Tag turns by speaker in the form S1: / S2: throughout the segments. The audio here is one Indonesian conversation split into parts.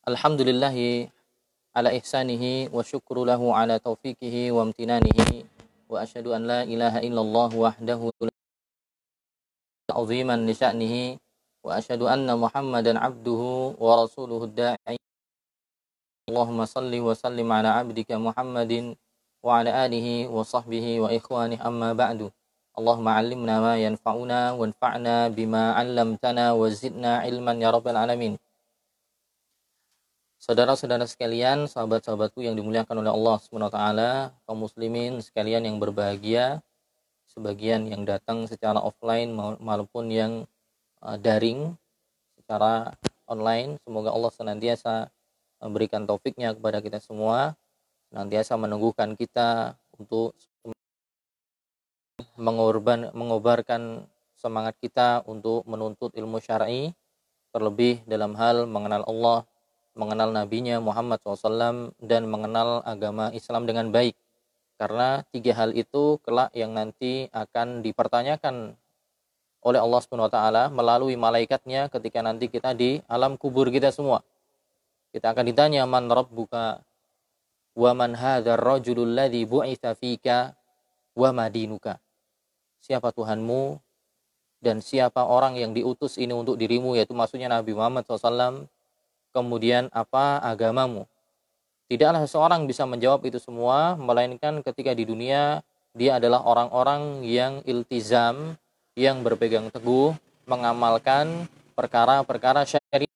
S1: Alhamdulillahi ala ihsanihi wa syukru lahu ala taufiqihi wa amtinanihi wa asyhadu an la ilaha illallah wahdahu la aziman li sya'nihi wa asyhadu anna Muhammadan abduhu wa rasuluhu da'i. Allahumma salli wa sallim ala abdika Muhammadin wa ala alihi wa sahbihi wa ikhwanihi amma ba'du. Allahumma 'allimna ma yanfa'una wanfa'na bima 'allamtana wa zidna ilman ya rabbal alamin. Saudara-saudara sekalian, sahabat-sahabatku yang dimuliakan oleh Allah SWT, kaum muslimin sekalian yang berbahagia, sebagian yang datang secara offline maupun yang daring secara online, semoga Allah senantiasa memberikan taufiknya kepada kita semua, senantiasa menunggukan kita untuk mengobarkan semangat kita untuk menuntut ilmu syar'i, terlebih dalam hal mengenal Allah, mengenal nabinya Muhammad SAW, dan mengenal agama Islam dengan baik. Karena tiga hal itu kelak yang nanti akan dipertanyakan oleh Allah SWT melalui malaikatnya ketika nanti kita di alam kubur kita semua. Kita akan ditanya, man rabbuka wa man hadzal rajulul ladzi bu'itsa fika wa madinuka. Siapa Tuhanmu dan siapa orang yang diutus ini untuk dirimu, yaitu maksudnya Nabi Muhammad SAW. Kemudian apa agamamu? Tidaklah seseorang bisa menjawab itu semua, melainkan ketika di dunia dia adalah orang-orang yang iltizam, yang berpegang teguh, mengamalkan perkara-perkara syariat.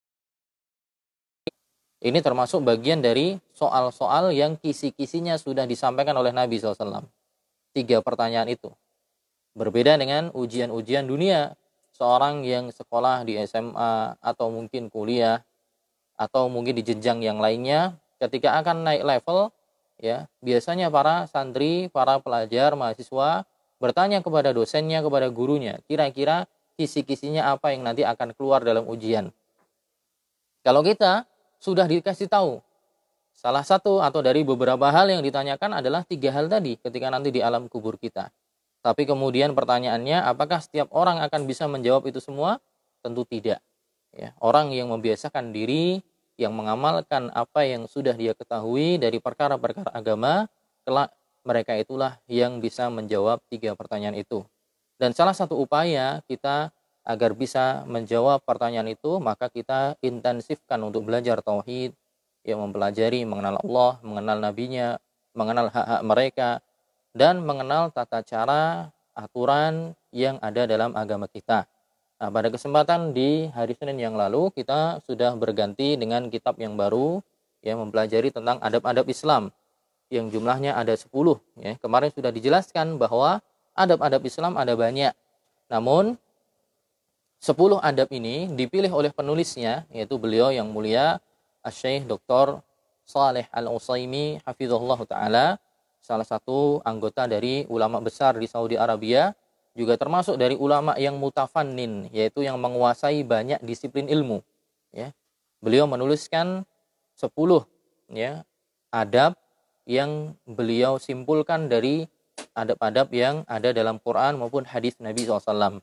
S1: Ini termasuk bagian dari soal-soal yang kisi-kisinya sudah disampaikan oleh Nabi SAW. 3 pertanyaan itu. Berbeda dengan ujian-ujian dunia. Seorang yang sekolah di SMA atau mungkin kuliah, atau mungkin di jenjang yang lainnya, ketika akan naik level, ya biasanya para santri, para pelajar, mahasiswa bertanya kepada dosennya, kepada gurunya, kira-kira kisi-kisinya apa yang nanti akan keluar dalam ujian. Kalau kita sudah dikasih tahu, salah satu atau dari beberapa hal yang ditanyakan adalah 3 hal tadi ketika nanti di alam kubur kita. Tapi kemudian pertanyaannya, apakah setiap orang akan bisa menjawab itu semua? Tentu tidak. Ya, orang yang membiasakan diri, yang mengamalkan apa yang sudah dia ketahui dari perkara-perkara agama, kelak mereka itulah yang bisa menjawab 3 pertanyaan itu. Dan salah satu upaya kita agar bisa menjawab pertanyaan itu, maka kita intensifkan untuk belajar tauhid, yang mempelajari mengenal Allah, mengenal nabinya, mengenal hak-hak mereka, dan mengenal tata cara, aturan yang ada dalam agama kita. Nah, pada kesempatan di hari Senin yang lalu kita sudah berganti dengan kitab yang baru yang mempelajari tentang adab-adab Islam yang jumlahnya ada 10 ya. Kemarin sudah dijelaskan bahwa adab-adab Islam ada banyak. Namun 10 adab ini dipilih oleh penulisnya, yaitu beliau yang mulia Asy-Syaikh Dr. Shalih Al-Utsaimin hafizahullah taala, salah satu anggota dari ulama besar di Saudi Arabia, juga termasuk dari ulama yang mutafannin, yaitu yang menguasai banyak disiplin ilmu, ya. Beliau menuliskan 10 ya adab yang beliau simpulkan dari adab-adab yang ada dalam Quran maupun hadis Nabi SAW.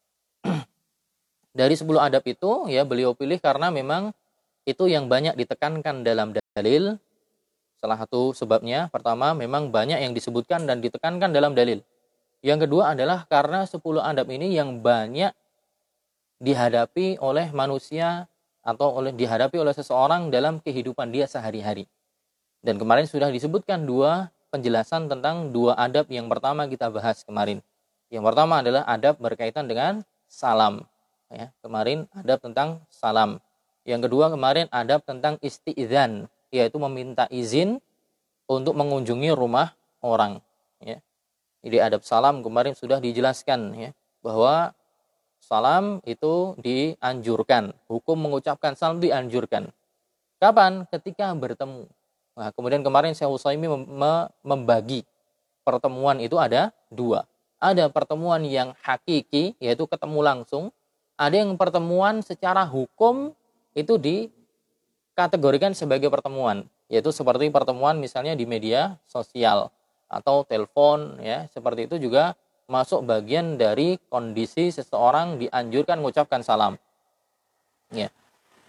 S1: Dari 10 adab itu ya beliau pilih karena memang itu yang banyak ditekankan dalam dalil. Salah satu sebabnya, pertama memang banyak yang disebutkan dan ditekankan dalam dalil. Yang kedua adalah karena 10 adab ini yang banyak dihadapi oleh manusia atau dihadapi oleh seseorang dalam kehidupan dia sehari-hari. Dan kemarin sudah disebutkan 2 penjelasan tentang 2 adab yang pertama kita bahas kemarin. Yang pertama adalah adab berkaitan dengan salam. Ya, kemarin adab tentang salam. Yang kedua kemarin adab tentang isti'dzan, yaitu meminta izin untuk mengunjungi rumah orang. Ya. Jadi adab salam kemarin sudah dijelaskan ya, bahwa salam itu dianjurkan. Hukum mengucapkan salam dianjurkan. Kapan? Ketika bertemu. Nah, kemudian kemarin Syekh Utsaimin membagi pertemuan itu ada 2. Ada pertemuan yang hakiki, yaitu ketemu langsung. Ada yang pertemuan secara hukum itu dikategorikan sebagai pertemuan, yaitu seperti pertemuan misalnya di media sosial atau telepon ya, seperti itu juga masuk bagian dari kondisi seseorang dianjurkan mengucapkan salam. Ya.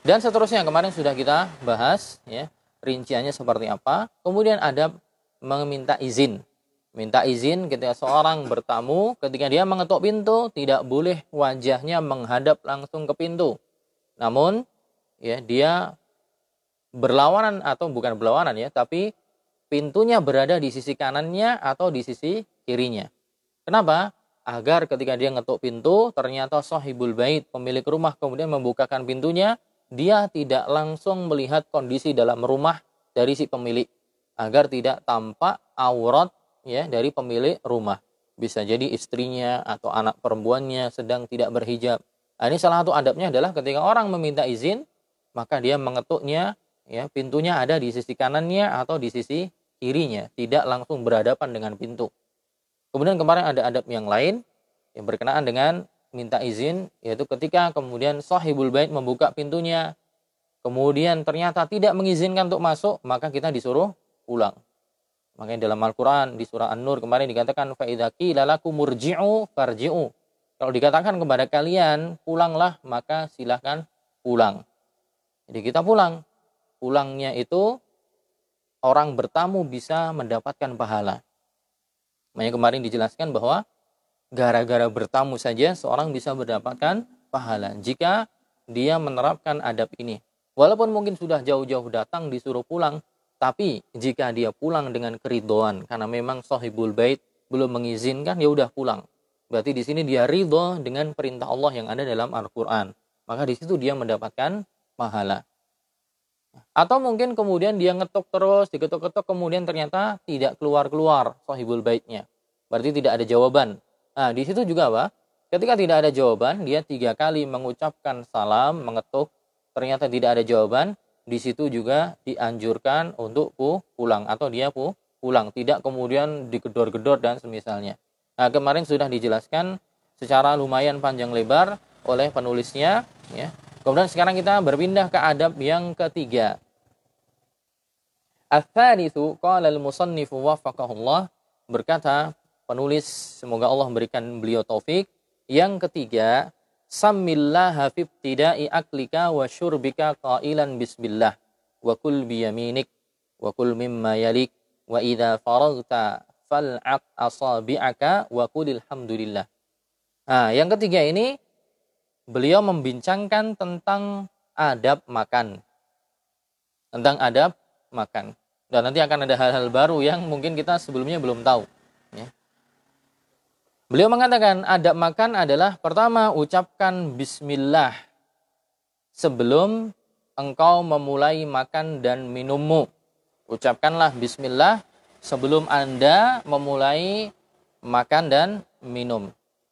S1: Dan seterusnya kemarin sudah kita bahas ya, rinciannya seperti apa. Kemudian adab meminta izin. Minta izin ketika seorang bertamu, ketika dia mengetuk pintu, tidak boleh wajahnya menghadap langsung ke pintu. Namun ya dia berlawanan atau bukan berlawanan ya, tapi pintunya berada di sisi kanannya atau di sisi kirinya. Kenapa? Agar ketika dia ngetuk pintu, ternyata sahibul bait, pemilik rumah kemudian membukakan pintunya, dia tidak langsung melihat kondisi dalam rumah dari si pemilik, agar tidak tampak aurat ya dari pemilik rumah. Bisa jadi istrinya atau anak perempuannya sedang tidak berhijab. Nah, ini salah satu adabnya adalah ketika orang meminta izin, maka dia mengetuknya ya, pintunya ada di sisi kanannya atau di sisi kirinya, tidak langsung berhadapan dengan pintu. Kemudian kemarin ada adab yang lain yang berkenaan dengan minta izin, yaitu ketika kemudian sahibul bait membuka pintunya, kemudian ternyata tidak mengizinkan untuk masuk, maka kita disuruh pulang. Makanya dalam Al-Quran di surah An-Nur kemarin dikatakan فَإِذَا قِيلَ لَكُمْ مُرْجِعُوا فَارْجِعُوا. Kalau dikatakan kepada kalian pulanglah, maka silahkan pulang. Jadi kita pulang. Pulangnya itu orang bertamu bisa mendapatkan pahala. Makanya kemarin dijelaskan bahwa gara-gara bertamu saja seorang bisa mendapatkan pahala jika dia menerapkan adab ini. Walaupun mungkin sudah jauh-jauh datang disuruh pulang, tapi jika dia pulang dengan keridhaan karena memang sahibul bait belum mengizinkan, ya udah pulang. Berarti di sini dia ridho dengan perintah Allah yang ada dalam Al-Qur'an. Maka di situ dia mendapatkan pahala. Atau mungkin kemudian dia ngetuk terus, diketuk-ketuk, kemudian ternyata tidak keluar-keluar sahibul baitnya. Berarti tidak ada jawaban. Nah, di situ juga apa? Ketika tidak ada jawaban, dia 3 kali mengucapkan salam, mengetuk, ternyata tidak ada jawaban, di situ juga dianjurkan untuk pulang atau dia pulang, tidak kemudian digedor-gedor dan semisalnya. Nah, kemarin sudah dijelaskan secara lumayan panjang lebar oleh penulisnya, ya. Kemudian sekarang kita berpindah ke adab yang ketiga. Ats-tsalitsu qala al-musannifu waffaqahullah, berkata penulis, semoga Allah memberikan beliau taufik, yang ketiga, sammillaha fi ibtida'i aklika wa syurbika qailan bismillah wa kul bi yaminik wa kul mimma yalik wa idza faraghta fal'aq asabi'aka wa qul alhamdulillah. Nah, yang ketiga ini beliau membincangkan tentang adab makan. Tentang adab makan. Dan nanti akan ada hal-hal baru yang mungkin kita sebelumnya belum tahu. Ya. Beliau mengatakan adab makan adalah pertama, ucapkan bismillah sebelum engkau memulai makan dan minummu. Ucapkanlah bismillah sebelum Anda memulai makan dan minum.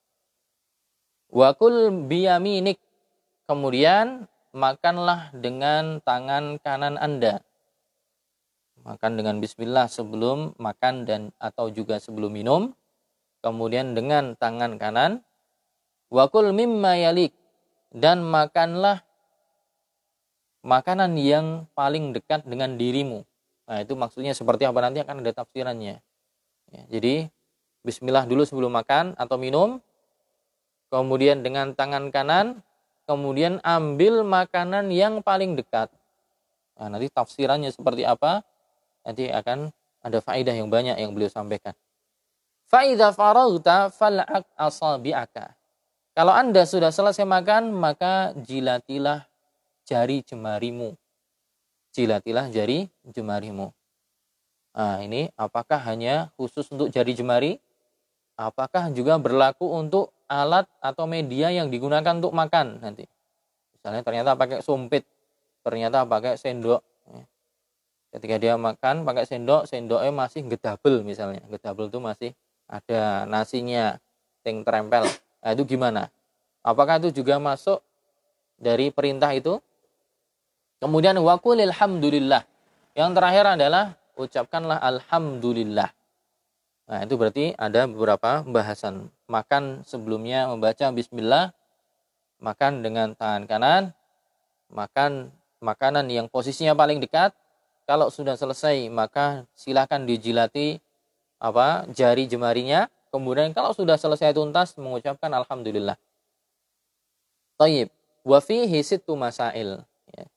S1: Wakul biyaminik, kemudian makanlah dengan tangan kanan Anda. Makan dengan bismillah sebelum makan dan atau juga sebelum minum. Kemudian dengan tangan kanan. Wakul mimma yalik, dan makanlah makanan yang paling dekat dengan dirimu. Nah, itu maksudnya seperti apa, nanti akan ada tafsirannya. Ya, jadi bismillah dulu sebelum makan atau minum. Kemudian dengan tangan kanan, kemudian ambil makanan yang paling dekat. Nah, nanti tafsirannya seperti apa, nanti akan ada faedah yang banyak yang beliau sampaikan. Fa idza faraghta fal'aq asabi'aka. Kalau Anda sudah selesai makan, maka jilatilah jari jemarimu. Jilatilah jari jemarimu. Nah, ini apakah hanya khusus untuk jari jemari? Apakah juga berlaku untuk alat atau media yang digunakan untuk makan nanti? Misalnya ternyata pakai sumpit, ternyata pakai sendok. Ketika dia makan pakai sendok, sendoknya masih gedabel misalnya. Gedabel itu masih ada nasinya yang terempel. Nah, itu gimana? Apakah itu juga masuk dari perintah itu? Kemudian waqulil hamdulillah. Yang terakhir adalah ucapkanlah alhamdulillah. Nah, itu berarti ada beberapa bahasan. Makan sebelumnya membaca bismillah, makan dengan tangan kanan, makan makanan yang posisinya paling dekat. Kalau sudah selesai, maka silakan dijilati jari jemarinya. Kemudian kalau sudah selesai tuntas, mengucapkan alhamdulillah. Thayyib. Wa fihi sittu masail. Ya.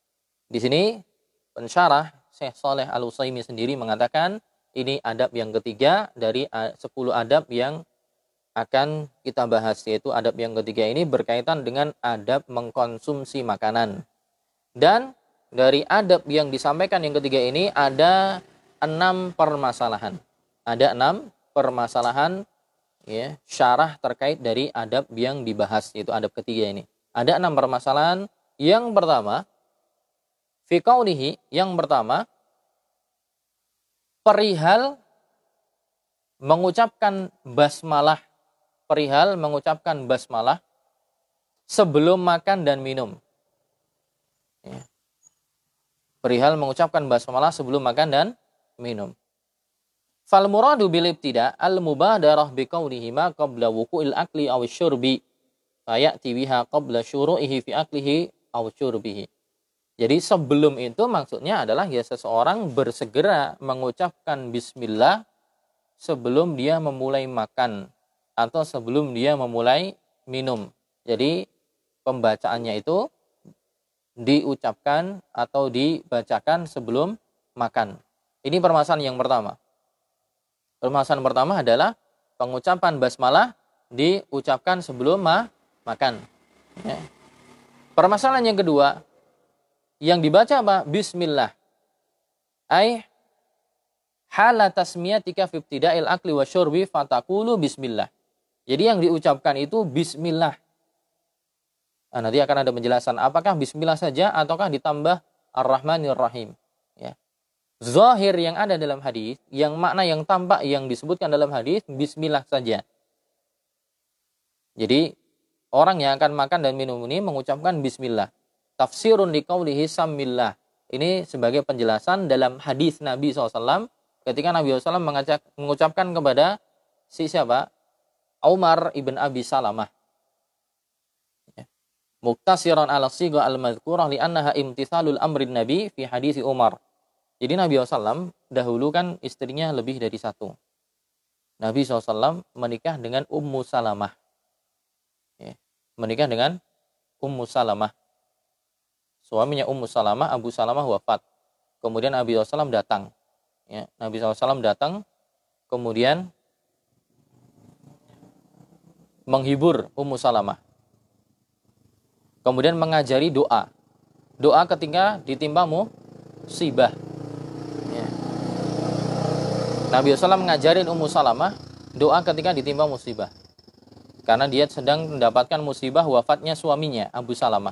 S1: Di sini pensyarah Syekh Shalih Al-Utsaimin sendiri mengatakan ini adab yang ketiga dari 10 adab yang akan kita bahas, yaitu adab yang ketiga ini berkaitan dengan adab mengkonsumsi makanan. Dan dari adab yang disampaikan yang ketiga ini ada 6 permasalahan. Ada 6 permasalahan ya, syarah terkait dari adab yang dibahas, yaitu adab ketiga ini. Ada 6 permasalahan. Yang pertama, fi qaulihi, yang pertama, perihal mengucapkan basmalah, sebelum makan dan minum. Ya. Perihal mengucapkan basmalah sebelum makan dan minum. Fal muradu bil ibtida al mubadarah bi qawlihi ma qabla wuqu'il akli aw syurbi fayati biha qabla syuru'ihi fi aklihi aw syurbihi. Jadi sebelum itu maksudnya adalah ya seseorang bersegera mengucapkan bismillah sebelum dia memulai makan atau sebelum dia memulai minum. Jadi pembacaannya itu diucapkan atau dibacakan sebelum makan. Ini permasalahan yang pertama. Permasalahan pertama adalah pengucapan basmalah diucapkan sebelum makan. Ya. Permasalahan yang kedua, yang dibaca apa? Bismillah. Ai hala tasmiyatika fi ibtida'il akli wa syurbi fataqulu bismillah. Jadi yang diucapkan itu bismillah. Nah, nanti akan ada penjelasan apakah bismillah saja ataukah ditambah ar-rahmanir rahim. Ya. Zahir yang ada dalam hadis, yang makna yang tampak yang disebutkan dalam hadis, bismillah saja. Jadi orang yang akan makan dan minum ini mengucapkan bismillah. Tafsirun liqaulihi samillah. Ini sebagai penjelasan dalam hadis Nabi SAW ketika Nabi SAW mengucapkan kepada siapa? Umar ibn Abi Salamah. Muktasiran ala sigha al-madhkurah li'annaha imtithalul amrin Nabi fi hadis Umar. Jadi Nabi SAW dahulu kan istrinya lebih dari satu. Nabi SAW menikah dengan Ummu Salamah. Ya. Menikah dengan Ummu Salamah. Suaminya Ummu Salamah, Abu Salamah wafat. Kemudian Nabi SAW datang. Ya. Nabi SAW datang, kemudian menghibur Ummu Salamah. Kemudian mengajari doa. Doa ketika ditimpa musibah. Nabi SAW mengajarin Ummu Salamah doa ketika ditimpa musibah. Karena dia sedang mendapatkan musibah wafatnya suaminya, Abu Salamah.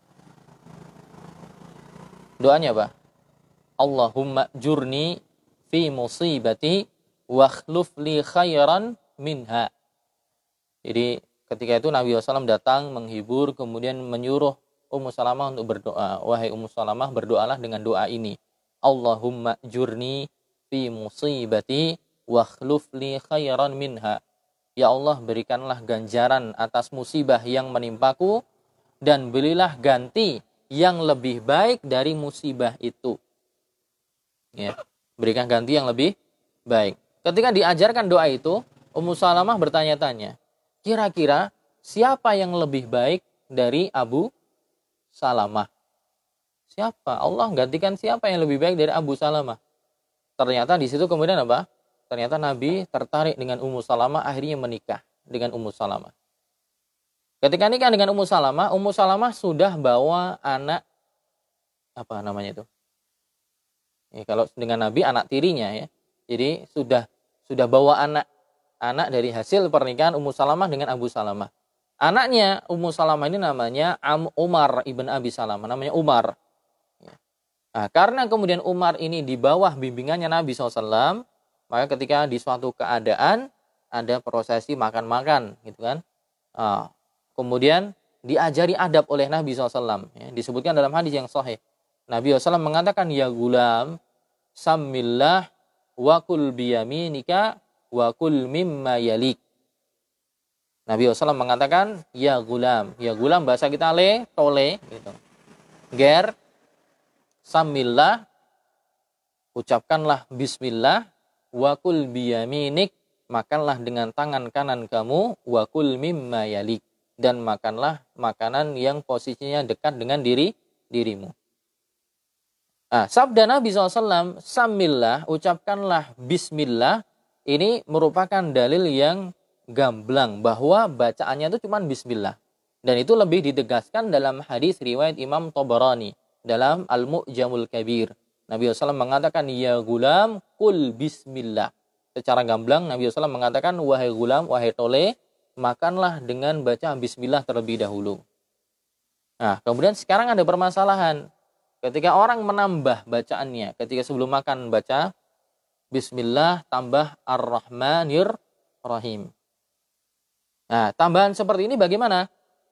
S1: Doanya apa? Allahumma jurni fi musibati wa akhluf li khairan minha. Jadi ketika itu Nabi SAW datang menghibur, kemudian menyuruh Ummu Salamah untuk berdoa. Wahai Ummu Salamah, berdoalah dengan doa ini. Allahumma jurni fi musibati wa akhluf li khairan minha. Ya Allah, berikanlah ganjaran atas musibah yang menimpaku dan berilah ganti yang lebih baik dari musibah itu. Ya, berikan ganti yang lebih baik. Ketika diajarkan doa itu, Ummu Salamah bertanya-tanya, kira-kira siapa yang lebih baik dari Abu Salamah? Siapa? Allah gantikan siapa yang lebih baik dari Abu Salamah? Ternyata di situ kemudian apa? Ternyata Nabi tertarik dengan Ummu Salamah, akhirnya menikah dengan Ummu Salamah. Ketika nikah dengan Ummu Salamah sudah bawa anak, apa namanya itu? Ya, kalau dengan Nabi anak tirinya ya. Jadi sudah bawa anak dari hasil pernikahan Ummu Salamah dengan Abu Salamah. Anaknya Ummu Salamah ini namanya Umar ibn Abi Salamah, namanya Umar. Nah, karena kemudian Umar ini di bawah bimbingannya Nabi SAW, maka ketika di suatu keadaan ada prosesi makan-makan, gitu kan. Nah, kemudian diajari adab oleh Nabi SAW. Ya, disebutkan dalam hadis yang sahih. Nabi SAW mengatakan, ya gulam, sammillah wa kul biyaminika wa kul mimma yalik. Nabi SAW mengatakan, ya gulam bahasa kita tole, gitu. Ger, samillah, ucapkanlah bismillah, wakul biyaminik, makanlah dengan tangan kanan kamu, wakul mimma yalik, dan makanlah makanan yang posisinya dekat dengan dirimu. Nah, sabda Nabi SAW, samillah, ucapkanlah bismillah, ini merupakan dalil yang gamblang bahwa bacaannya itu cuma bismillah. Dan itu lebih ditegaskan dalam hadis riwayat Imam Tabarani dalam Al-Mu'jamul Kabir. Nabi SAW mengatakan, ya gulam, kul bismillah. Secara gamblang Nabi SAW mengatakan, wahai gulam, wahai tole, makanlah dengan baca bismillah terlebih dahulu. Nah, kemudian sekarang ada permasalahan. Ketika orang menambah bacaannya, ketika sebelum makan baca bismillah tambah ar-rahmanir rahim. Nah, tambahan seperti ini bagaimana?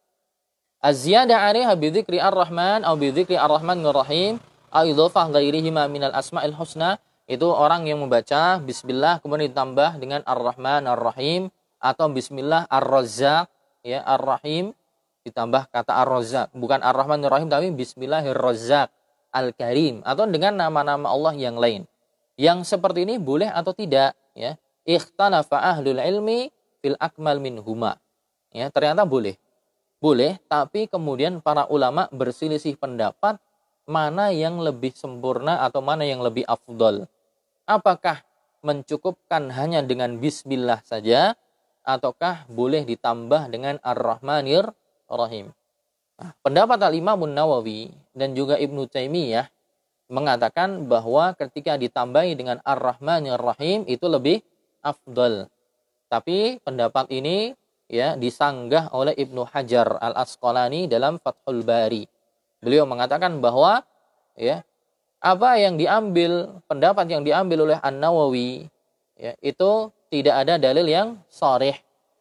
S1: Az-ziyadah 'alaiha bi dzikri ar-rahman atau bi dzikri ar-rahmanir rahim au idhofah ghairihima minal asma'il husna, itu orang yang membaca bismillah kemudian ditambah dengan ar-rahman ar-rahim atau bismillah ar-razzaq ya, ar-rahim ditambah kata ar-razzaq, bukan ar-rahmanir rahim tapi bismillahir-razzaq al-karim, atau dengan nama-nama Allah yang lain. Yang seperti ini boleh atau tidak ya? Ikhtalafa ahlul ilmi fil akmal minhuma. Ya, ternyata boleh. Boleh, tapi kemudian para ulama berselisih pendapat mana yang lebih sempurna atau mana yang lebih afdol. Apakah mencukupkan hanya dengan bismillah saja ataukah boleh ditambah dengan ar-rahmanir rahim? Nah, pendapat Al-Imam Nawawi dan juga Ibnu Taimiyah mengatakan bahwa ketika ditambahi dengan Ar-Rahmanir Rahim itu lebih afdal. Tapi pendapat ini ya disanggah oleh Ibnu Hajar Al-Asqalani dalam Fathul Bari. Beliau mengatakan bahwa ya apa yang diambil, pendapat yang diambil oleh An-Nawawi ya, itu tidak ada dalil yang sharih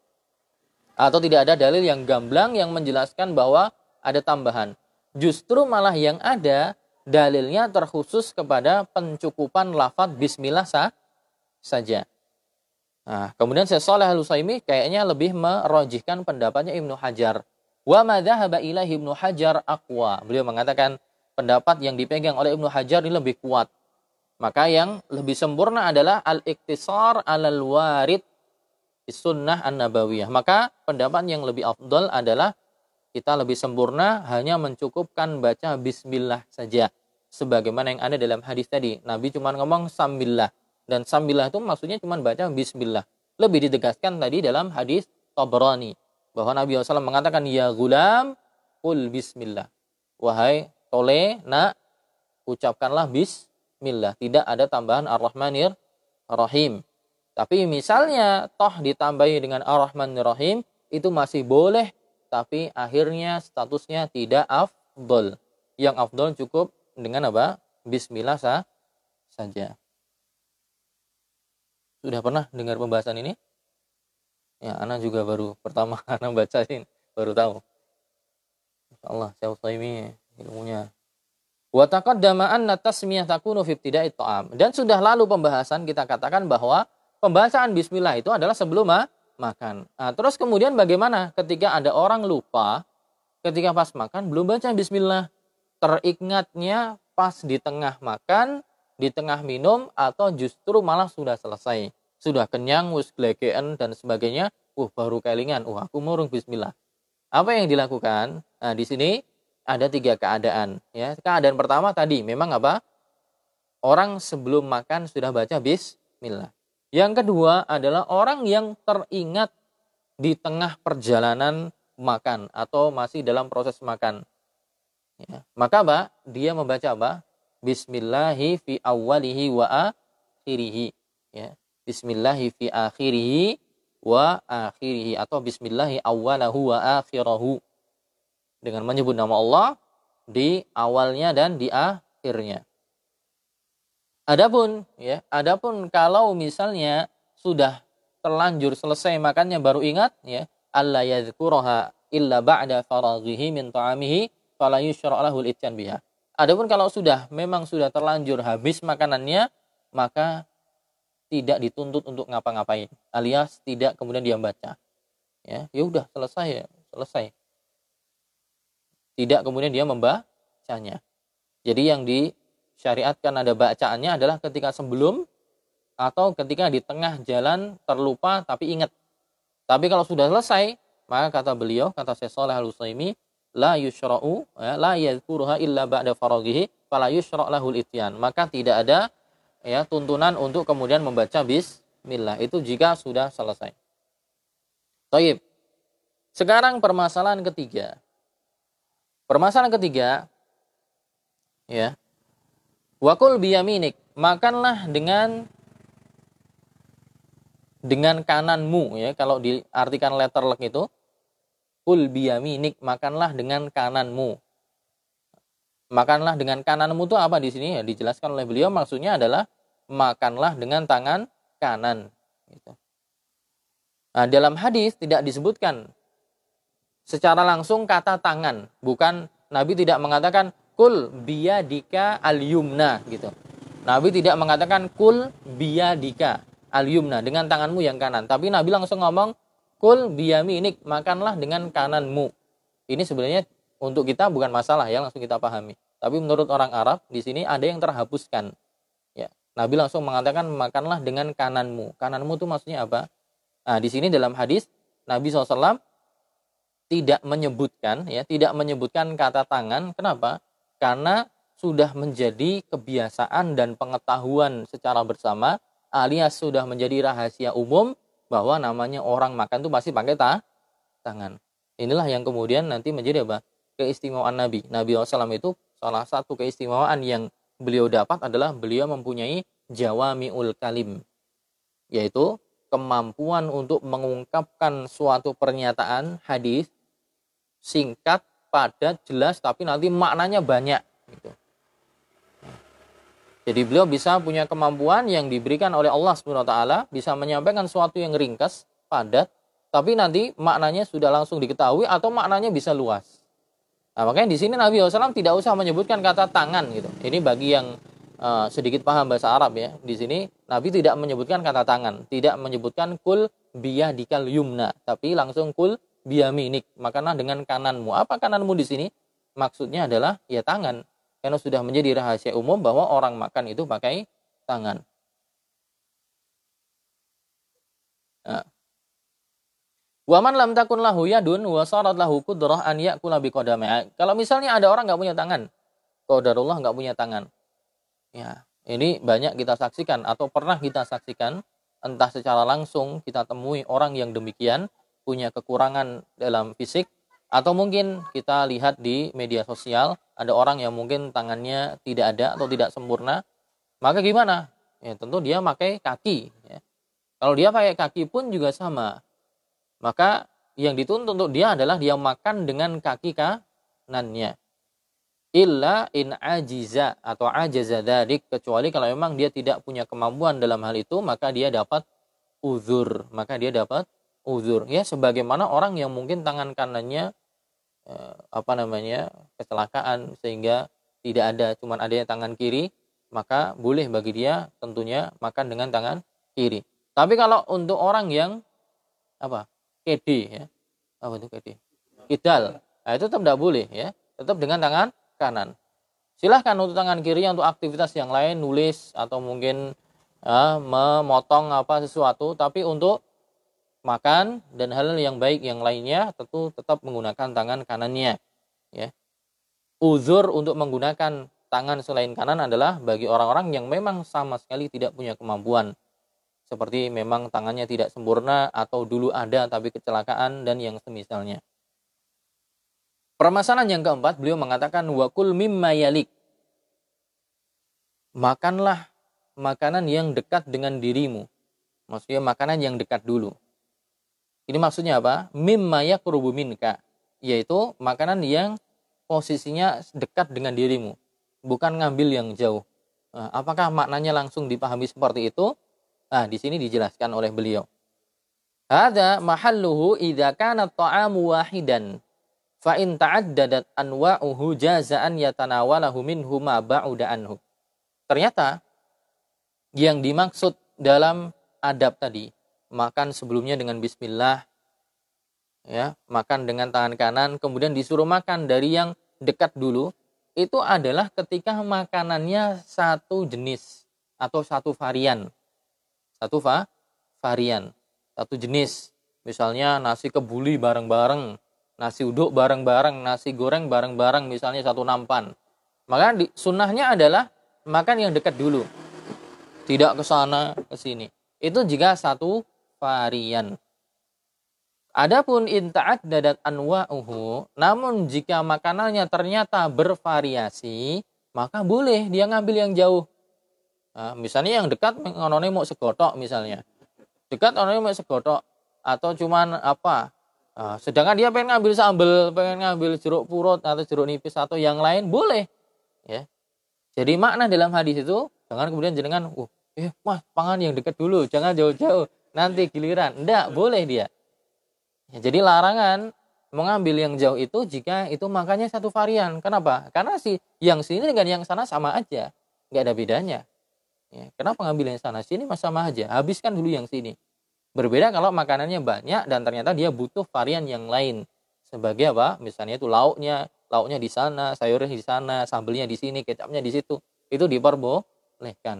S1: atau tidak ada dalil yang gamblang yang menjelaskan bahwa ada tambahan. Justru malah yang ada dalilnya terkhusus kepada pencukupan lafaz bismillah saja. Nah, kemudian Syekh Shalih Al-Utsaimin kayaknya lebih merojihkan pendapatnya Ibnu Hajar. Wa ma dzahaba ilaihi Ibnu Hajar aqwa. Beliau mengatakan pendapat yang dipegang oleh Ibnu Hajar ini lebih kuat. Maka yang lebih sempurna adalah al-iktisar 'alal warid bis sunnah an-nabawiyah. Maka pendapat yang lebih afdal adalah kita lebih sempurna hanya mencukupkan baca bismillah saja. Sebagaimana yang ada dalam hadis tadi. Nabi cuma ngomong sambillah. Dan sambillah itu maksudnya cuma baca bismillah. Lebih ditegaskan tadi dalam hadis Tabrani. Bahwa Nabi SAW mengatakan, ya gulam, kul bismillah. Wahai tole, nak, ucapkanlah bismillah. Tidak ada tambahan ar-rahmanir rahim. Tapi misalnya toh ditambahi dengan ar-rahmanir rahim, itu masih boleh. Tapi akhirnya statusnya tidak afdol. Yang afdol cukup dengan apa? Bismillah saja. Sudah pernah dengar pembahasan ini? Ya, Ana juga baru pertama Ana bacain, baru tahu. Insyaallah Syekh Utsaimin ilmunya. Wa taqaddama anna tasmiyah takunu fi ibtida'it ta'am. Dan sudah lalu pembahasan kita katakan bahwa pembacaan bismillah itu adalah sebelum makan. Nah, terus kemudian bagaimana ketika ada orang lupa ketika pas makan belum baca bismillah, teringatnya pas di tengah makan, di tengah minum, atau justru malah sudah selesai, sudah kenyang, wis glegeken dan sebagainya, baru kelingan, aku murung bismillah. Apa yang dilakukan? Nah, di sini ada 3 keadaan ya. Keadaan pertama tadi memang apa? Orang sebelum makan sudah baca bismillah. Yang kedua adalah orang yang teringat di tengah perjalanan makan atau masih dalam proses makan. Ya. Maka apa? Dia membaca apa? Bismillahi fi awwalihi wa akhirihi. Ya. Bismillahi fi akhirihi wa akhirihi. Atau Bismillahi awwalahu wa akhirahu. Dengan menyebut nama Allah di awalnya dan di akhirnya. Adapun kalau misalnya sudah terlanjur selesai makannya baru ingat ya, alla yadhkuraha illa ba'da faraghihi min ta'amihi fala yusyra' lahu al-ityan biha. Adapun kalau memang sudah terlanjur habis makanannya, maka tidak dituntut untuk ngapa-ngapain, alias tidak kemudian dia baca. Ya udah selesai. Tidak kemudian dia membacanya. Jadi yang disyariatkan ada bacaannya adalah ketika sebelum atau ketika di tengah jalan terlupa tapi ingat. Tapi kalau sudah selesai, maka kata beliau, kata Syekh Shalih Al-Utsaimin, la yushra'u la yadhkuruha illa ba'da faraghihi fala yushra' lahul ityan. Maka tidak ada tuntunan untuk kemudian membaca bismillah itu jika sudah selesai. Baik. Sekarang permasalahan ketiga. Permasalahan ketiga Wakul biyaminik, makanlah dengan kananmu kalau diartikan letterlek itu kul biyaminik, makanlah dengan kananmu. Makanlah dengan kananmu itu apa di sini? Dijelaskan oleh beliau, maksudnya adalah makanlah dengan tangan kanan gitu. Nah, dalam hadis tidak disebutkan secara langsung kata tangan, bukan, Nabi tidak mengatakan kul biyadika al-yumna gitu. Nabi tidak mengatakan kul biyadika al-yumna dengan tanganmu yang kanan, tapi Nabi langsung ngomong kul biyaminik, makanlah dengan kananmu. Ini sebenarnya untuk kita bukan masalah langsung kita pahami. Tapi menurut orang Arab di sini ada yang terhapuskan. Nabi langsung mengatakan makanlah dengan kananmu. Kananmu itu maksudnya apa? Nah, di sini dalam hadis Nabi SAW tidak menyebutkan kata tangan. Kenapa? Karena sudah menjadi kebiasaan dan pengetahuan secara bersama, alias sudah menjadi rahasia umum bahwa namanya orang makan itu pasti pakai tangan. Inilah yang kemudian nanti menjadi apa? Keistimewaan Nabi. Nabi SAW itu salah satu keistimewaan yang beliau dapat adalah beliau mempunyai jawami'ul kalim, yaitu kemampuan untuk mengungkapkan suatu pernyataan hadis singkat, padat, jelas, tapi nanti maknanya banyak. Gitu. Jadi beliau bisa punya kemampuan yang diberikan oleh Allah SWT, bisa menyampaikan sesuatu yang ringkas, padat, tapi nanti maknanya sudah langsung diketahui atau maknanya bisa luas. Nah, makanya di sini Nabi SAW tidak usah menyebutkan kata tangan gitu. Ini bagi yang sedikit paham bahasa Arab ya. Di sini Nabi tidak menyebutkan kata tangan, tidak menyebutkan kul biyadikal yumna, tapi langsung kul biyaminik, makanlah dengan kananmu. Apa kananmu di sini? Maksudnya adalah tangan. Karena sudah menjadi rahasia umum bahwa orang makan itu pakai tangan. Nah. Wa man lam takun lahu yadun wa sarat lahu qudrah an ya'kula biqadamihi. Kalau misalnya ada orang enggak punya tangan, qadarullah enggak punya tangan. Ya, ini banyak kita saksikan atau pernah kita saksikan, entah secara langsung kita temui orang yang demikian, punya kekurangan dalam fisik, atau mungkin kita lihat di media sosial ada orang yang mungkin tangannya tidak ada atau tidak sempurna. Maka gimana? Ya, tentu dia pakai kaki ya. Kalau dia pakai kaki pun juga sama. Maka yang dituntut untuk dia adalah dia makan dengan kaki kanannya. Illa in ajiza atau ajaza dzalik, kecuali kalau memang dia tidak punya kemampuan dalam hal itu, maka dia dapat uzur. Ya, sebagaimana orang yang mungkin tangan kanannya kecelakaan sehingga tidak ada, cuman adanya tangan kiri, maka boleh bagi dia tentunya makan dengan tangan kiri. Tapi kalau untuk orang yang kedi ya. Apa itu kedi? Kidal. Nah, itu tetap tidak boleh ya. Tetap dengan tangan kanan. Silahkan untuk tangan kiri untuk aktivitas yang lain, nulis atau mungkin memotong sesuatu, tapi untuk makan dan hal yang baik yang lainnya tentu tetap menggunakan tangan kanannya ya. Uzur untuk menggunakan tangan selain kanan adalah bagi orang-orang yang memang sama sekali tidak punya kemampuan, seperti memang tangannya tidak sempurna atau dulu ada tapi kecelakaan dan yang semisalnya. Permasalahan yang keempat, beliau mengatakan wakul mimma yalik, makanlah makanan yang dekat dengan dirimu. Maksudnya makanan yang dekat dulu. Ini maksudnya apa? Mimma yaqrubu minka, yaitu makanan yang posisinya dekat dengan dirimu, bukan ngambil yang jauh. Nah, apakah maknanya langsung dipahami seperti itu? Nah, di sini dijelaskan oleh beliau. Hadza mahalluhu idza kana at-ta'amu wahidan fa in ta'addadat anwa'uhu jaza'an yatanawalahu minhu ma ba'uda anhu. Ternyata yang dimaksud dalam adab tadi, makan sebelumnya dengan bismillah ya, makan dengan tangan kanan, kemudian disuruh makan dari yang dekat dulu, itu adalah ketika makanannya satu jenis atau satu varian. Satu jenis. Misalnya nasi kebuli bareng-bareng nasi uduk bareng-bareng, nasi goreng bareng-bareng misalnya satu nampan. Maka sunnahnya adalah makan yang dekat dulu. Tidak ke sana, ke sini. Itu jika satu varian. Adapun inta'at dadat anwa'uhu, namun jika makanannya ternyata bervariasi, maka boleh dia ngambil yang jauh. Nah, misalnya yang dekat onone mau segotok misalnya. Dekat onone mau segotok atau cuman apa? Nah, sedangkan dia pengen ngambil sambel, pengen ngambil jeruk purut atau jeruk nipis atau yang lain, boleh. Ya. Jadi makna dalam hadis itu, jangan kemudian jenengan, mas pangan yang dekat dulu, jangan jauh-jauh, nanti giliran. Enggak, boleh dia. Ya, jadi larangan mengambil yang jauh itu jika itu makannya satu varian. Kenapa? Karena yang sini dengan yang sana sama aja, nggak ada bedanya. Ya, kenapa ngambil yang sana sini mas sama aja? Habiskan dulu yang sini. Berbeda kalau makanannya banyak dan ternyata dia butuh varian yang lain. Sebagai apa? Misalnya itu lauknya di sana, sayurnya di sana, sambelnya di sini, kecapnya di situ. Itu diperbolehkan.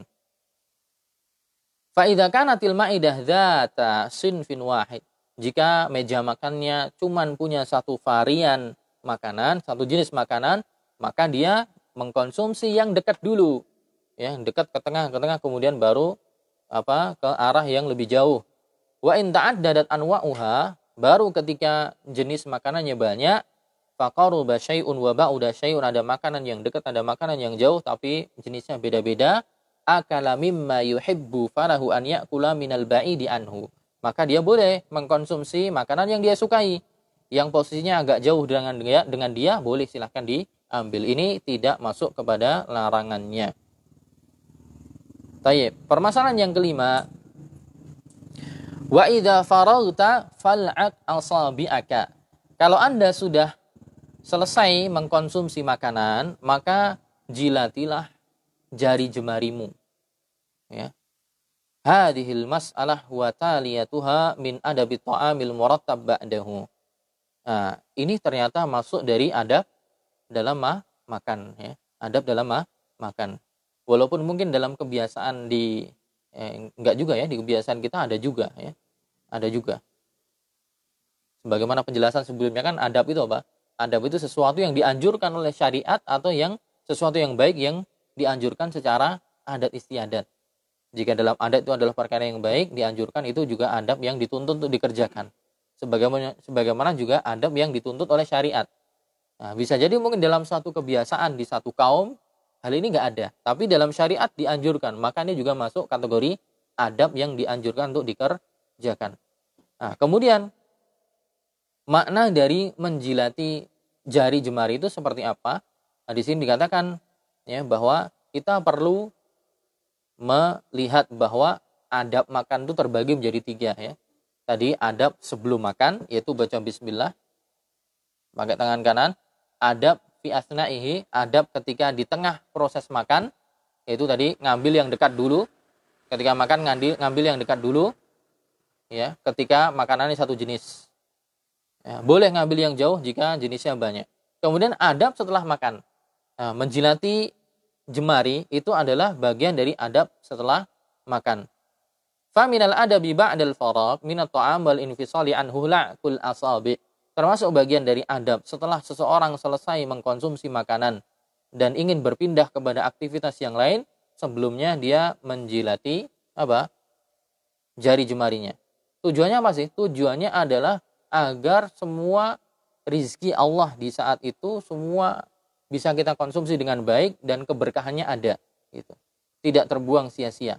S1: Fa idza kanatil ma'idah dzata sinfin wahid. Jika meja makannya cuman punya satu varian makanan, satu jenis makanan, maka dia mengkonsumsi yang dekat dulu. Ya, dekat ke tengah kemudian baru ke arah yang lebih jauh. Wa in ta'addadat anwa'uha, baru ketika jenis makanannya banyak, faqaruba syai'un wa ba'uda syai'un, ada makanan yang dekat, ada makanan yang jauh tapi jenisnya beda-beda, akala mimma yuhibbu falahu an ya'kula minal ba'idi anhu. Maka dia boleh mengkonsumsi makanan yang dia sukai. Yang posisinya agak jauh dengan dia boleh silahkan diambil. Ini tidak masuk kepada larangannya. Tayyib. Permasalahan yang kelima. Wa idza faraghta fal'at asabi'aka. Kalau Anda sudah selesai mengkonsumsi makanan, maka jilatilah jari jemarimu. Ya. Hadhil mas'alah wa taliyatuha min adabi ta'amil murattab ba'dahu. Nah, ini ternyata masuk dari adab dalam makan, ya. Adab dalam makan. Walaupun mungkin dalam kebiasaan enggak juga ya, di kebiasaan kita ada juga ya. Ada juga. Sebagaimana penjelasan sebelumnya kan adab itu apa? Adab itu sesuatu yang dianjurkan oleh syariat atau yang sesuatu yang baik yang dianjurkan secara adat istiadat. Jika dalam adat itu adalah perkara yang baik, dianjurkan itu juga adab yang dituntut untuk dikerjakan. Sebagaimana juga adab yang dituntut oleh syariat. Nah, bisa jadi mungkin dalam satu kebiasaan di satu kaum, hal ini nggak ada. Tapi dalam syariat dianjurkan. Maka ini juga masuk kategori adab yang dianjurkan untuk dikerjakan. Nah, kemudian, makna dari menjilati jari jemari itu seperti apa? Nah, di sini dikatakan ya bahwa kita perlu melihat bahwa adab makan itu terbagi menjadi 3 ya. Tadi adab sebelum makan, yaitu baca bismillah, pakai tangan kanan. Adab fi asna'ihi, adab ketika di tengah proses makan, yaitu tadi ngambil yang dekat dulu. Ketika makan ngambil yang dekat dulu. Ya, ketika makanannya satu jenis. Ya, boleh ngambil yang jauh jika jenisnya banyak. Kemudian adab setelah makan. Nah, menjilati jemari itu adalah bagian dari adab setelah makan. Fa minal adabi ba'dal faragh minat ta'am wal infisali anhu la'kul asabi. Termasuk bagian dari adab setelah seseorang selesai mengkonsumsi makanan dan ingin berpindah kepada aktivitas yang lain, sebelumnya dia menjilati jari jemarinya. Tujuannya apa sih? Tujuannya adalah agar semua rizki Allah di saat itu semua bisa kita konsumsi dengan baik dan keberkahannya ada, gitu. Tidak terbuang sia-sia.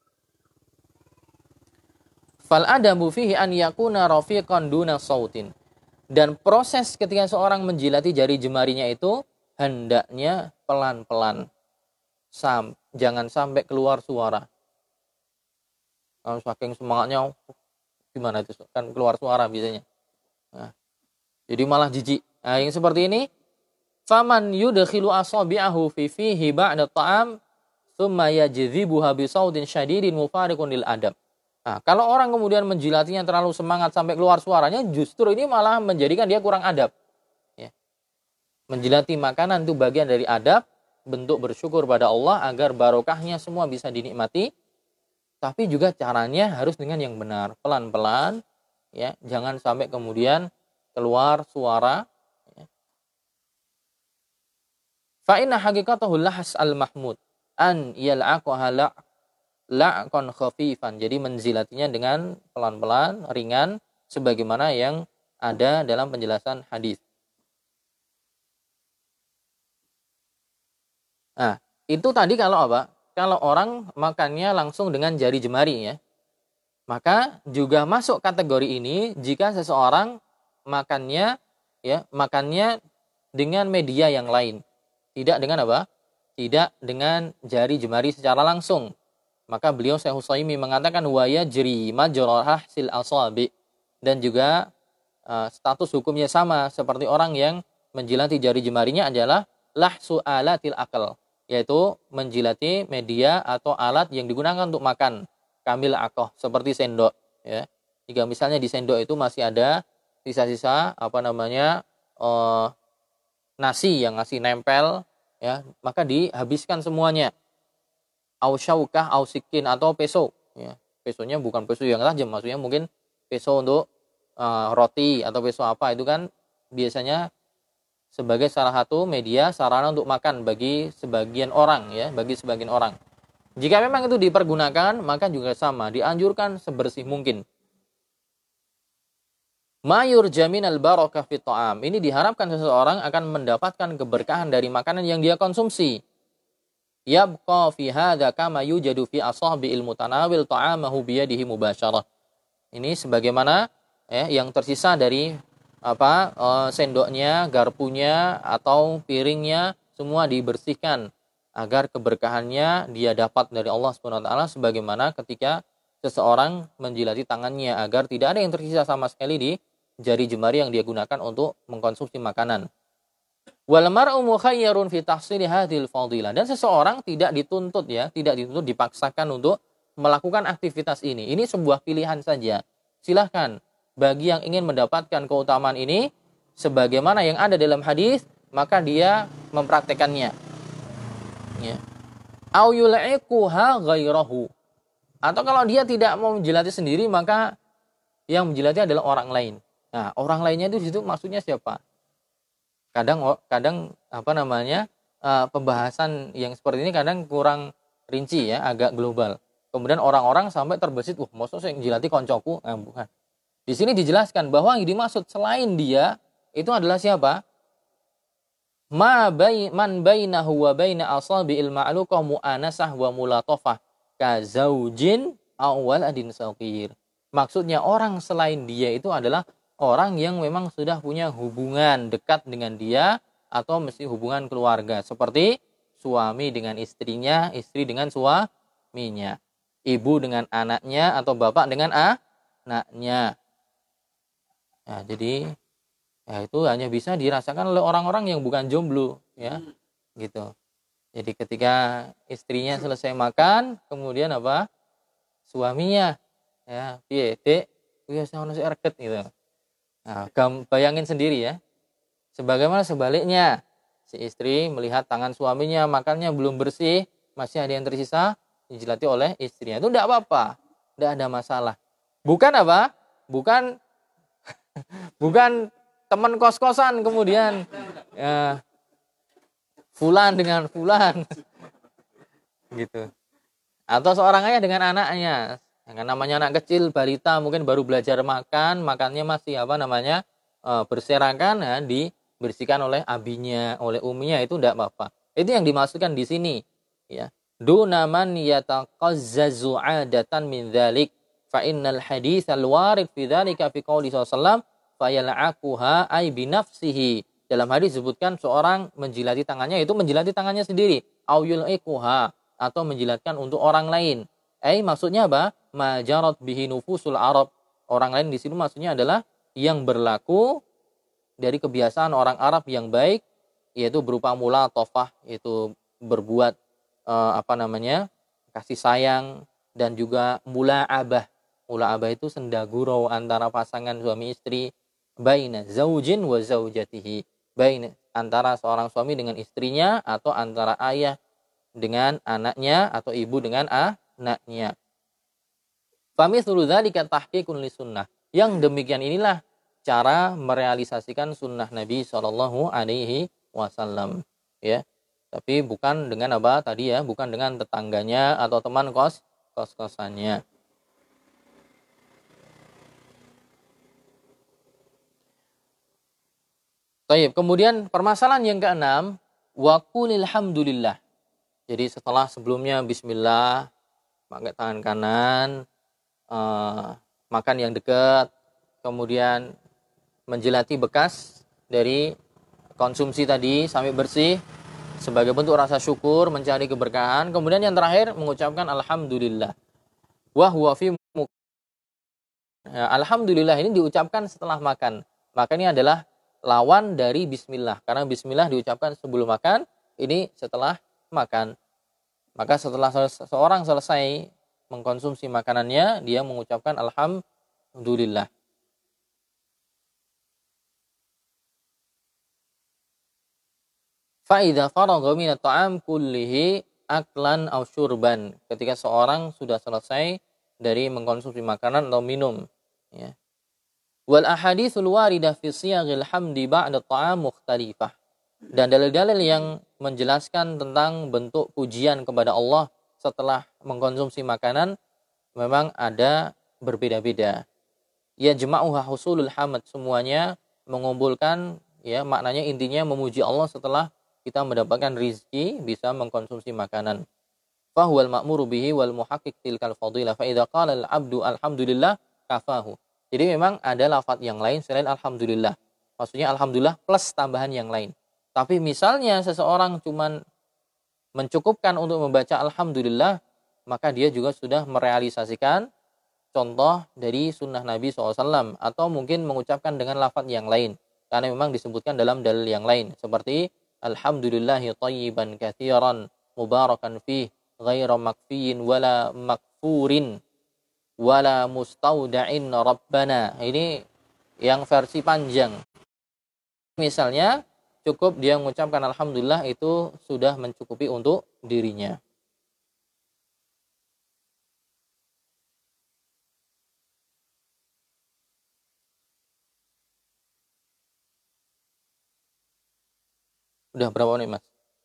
S1: Fal adabu fihi an yakuna rafiqan duna sautin. Dan proses ketika seorang menjilati jari jemarinya itu hendaknya pelan-pelan. Jangan sampai keluar suara. Kalau saking semangatnya gimana itu kan keluar suara biasanya. Nah, jadi malah jijik. Nah, yang seperti ini faman yudkhilu asabi'ahu fi fihi ba'da ta'am thumma yajdzibuha bi sautin syadidin mufariqun lil adab. Nah, kalau orang kemudian menjilatinya terlalu semangat sampai keluar suaranya, justru ini malah menjadikan dia kurang adab. Ya. Menjilati makanan itu bagian dari adab, bentuk bersyukur pada Allah agar barokahnya semua bisa dinikmati. Tapi juga caranya harus dengan yang benar, pelan-pelan, ya, jangan sampai kemudian keluar suara. Fa inna haqiqatahu lahas al-mahmud an yal'aqaha la'qan khafifan. Jadi menjilatinya dengan pelan-pelan, ringan, sebagaimana yang ada dalam penjelasan hadis. Nah, itu tadi kalau apa? Kalau orang makannya langsung dengan jari jemari ya. Maka juga masuk kategori ini jika seseorang makannya dengan media yang lain. Tidak dengan apa? Tidak dengan jari jemari secara langsung. Maka beliau Syekh Utsaimin mengatakan wa yajri majrah sil asabi, dan juga status hukumnya sama seperti orang yang menjilati jari jemarinya adalah lahsu alatil akal, yaitu menjilati media atau alat yang digunakan untuk makan kamil akoh, seperti sendok ya. Jika misalnya di sendok itu masih ada sisa-sisa nasi yang masih nempel ya, maka dihabiskan semuanya. Au syaukah au sikin atau peso ya. Pesonya bukan peso yang tajam, maksudnya mungkin peso untuk roti atau peso apa, itu kan biasanya sebagai salah satu media sarana untuk makan bagi sebagian orang ya, bagi sebagian orang. Jika memang itu dipergunakan, maka juga sama, dianjurkan sebersih mungkin. Mayur jamin al-barakah fit ta'am. Ini diharapkan seseorang akan mendapatkan keberkahan dari makanan yang dia konsumsi. Yabqa fi hadza kama yujadu fi ashabil mutanawil ta'amahu bi yadihi mubasyarah. Ini sebagaimana yang tersisa dari sendoknya, garpunya atau piringnya, semua dibersihkan agar keberkahannya dia dapat dari Allah Subhanahu wa taala, sebagaimana ketika seseorang menjilati tangannya agar tidak ada yang tersisa sama sekali di jari jemari yang dia gunakan untuk mengkonsumsi makanan. Wal mar'u mukhayyarun fi tahsili hadhil fadilah. Dan seseorang tidak dituntut dipaksakan untuk melakukan aktivitas ini. Ini sebuah pilihan saja. Silahkan bagi yang ingin mendapatkan keutamaan ini sebagaimana yang ada dalam hadis, maka dia mempraktekannya. Ya. Au yul'iquha ghairahu. Atau kalau dia tidak mau menjilati sendiri, maka yang menjilati adalah orang lain. Nah, orang lainnya itu di situ maksudnya siapa? Kadang pembahasan yang seperti ini kadang kurang rinci ya, agak global. Kemudian orang-orang sampai terbesit, maksud saya menjilati koncoku? Bukan. Di sini dijelaskan bahwa yang dimaksud selain dia itu adalah siapa? Man bainahu wa baina asabi'il ma'luqah mu'anasah wa mulatafah ka zaujin aw waladin saghir. Maksudnya orang selain dia itu adalah orang yang memang sudah punya hubungan dekat dengan dia atau mesti hubungan keluarga, seperti suami dengan istrinya, istri dengan suaminya, ibu dengan anaknya atau bapak dengan anaknya. Nah, jadi itu hanya bisa dirasakan oleh orang-orang yang bukan jomblo ya. Gitu. Jadi ketika istrinya selesai makan, kemudian suaminya ya, piye, Dek, wis ono sik reget gitu. Nah, bayangin sendiri ya. Sebagaimana sebaliknya, si istri melihat tangan suaminya makannya belum bersih, masih ada yang tersisa, dijilati oleh istrinya. Itu tidak apa-apa, tidak ada masalah. Bukan apa? Bukan teman kos-kosan kemudian fulan dengan fulan gitu. Atau seorang ayah dengan anaknya. Yang namanya anak kecil, balita, mungkin baru belajar makannya masih berserakan ya, dibersihkan oleh abinya, oleh uminya, itu tidak apa-apa. Itu yang dimaksudkan di sini ya. Dunaman yataqazzazu 'adatan min dzalik fa innal haditsal warid fi dzalika fi qouli sallallahu fayal'aquha ay bi nafsihi. Dalam hadis disebutkan seorang menjilati tangannya, itu menjilati tangannya sendiri, au yul'iquha, atau menjilatkan untuk orang lain. Maksudnya apa? Majarat bihi nufusul Arab. Orang lain di sini maksudnya adalah yang berlaku dari kebiasaan orang Arab yang baik, yaitu berupa mulatofah, yaitu berbuat kasih sayang, dan juga mula'abah. Mula'abah itu sendagurau antara pasangan suami istri, baina zaujin wa zaujatihi, baina antara seorang suami dengan istrinya, atau antara ayah dengan anaknya, atau ibu dengan anaknya. Famithlu dzalika tahqiqun lisunnah. Yang demikian inilah cara merealisasikan sunnah Nabi Shallallahu Alaihi Wasallam, ya. Tapi bukan dengan apa tadi ya, bukan dengan tetangganya atau teman kos-kosannya. Baik, kemudian permasalahan yang keenam, wa qulil hamdulillah. Jadi setelah sebelumnya bismillah, pakai tangan kanan, makan yang dekat, kemudian menjilati bekas dari konsumsi tadi sampai bersih sebagai bentuk rasa syukur, mencari keberkahan. Kemudian yang terakhir mengucapkan alhamdulillah. Wa huwa fi alhamdulillah ini diucapkan setelah makan. Maka ini adalah lawan dari bismillah. Karena bismillah diucapkan sebelum makan, ini setelah makan. Maka setelah seorang selesai mengkonsumsi makanannya, dia mengucapkan alhamdulillah. Fa'idha faragha minat ta'am kullihi aklan aw syurban. Ketika seorang sudah selesai dari mengkonsumsi makanan atau minum, ya. Wal ahaditsul waridah fi siyaghil hamdi ba'da ta'am mukhtalifah. Dan dalil-dalil yang menjelaskan tentang bentuk pujian kepada Allah setelah mengkonsumsi makanan memang ada berbeda-beda. Ya jama'uha husulul hamd, semuanya mengumpulkan, ya, maknanya intinya memuji Allah setelah kita mendapatkan rizki bisa mengkonsumsi makanan. Fahuwal ma'muru bihi wal muhaqqiq tilkal fadilah fa idza qala al 'abdu alhamdulillah kafahu. Jadi memang ada lafaz yang lain selain alhamdulillah. Maksudnya alhamdulillah plus tambahan yang lain. Tapi misalnya seseorang cuman mencukupkan untuk membaca alhamdulillah, maka dia juga sudah merealisasikan contoh dari sunnah Nabi SAW, atau mungkin mengucapkan dengan lafaz yang lain. Karena memang disebutkan dalam dalil yang lain. Seperti alhamdulillahi thayyiban katsiran mubarakan fih ghaira makfiyin wala makfurin wala mustauda'in rabbana. Ini yang versi panjang. Misalnya cukup dia mengucapkan alhamdulillah, itu sudah mencukupi untuk dirinya. Udah berapa menit, Mas?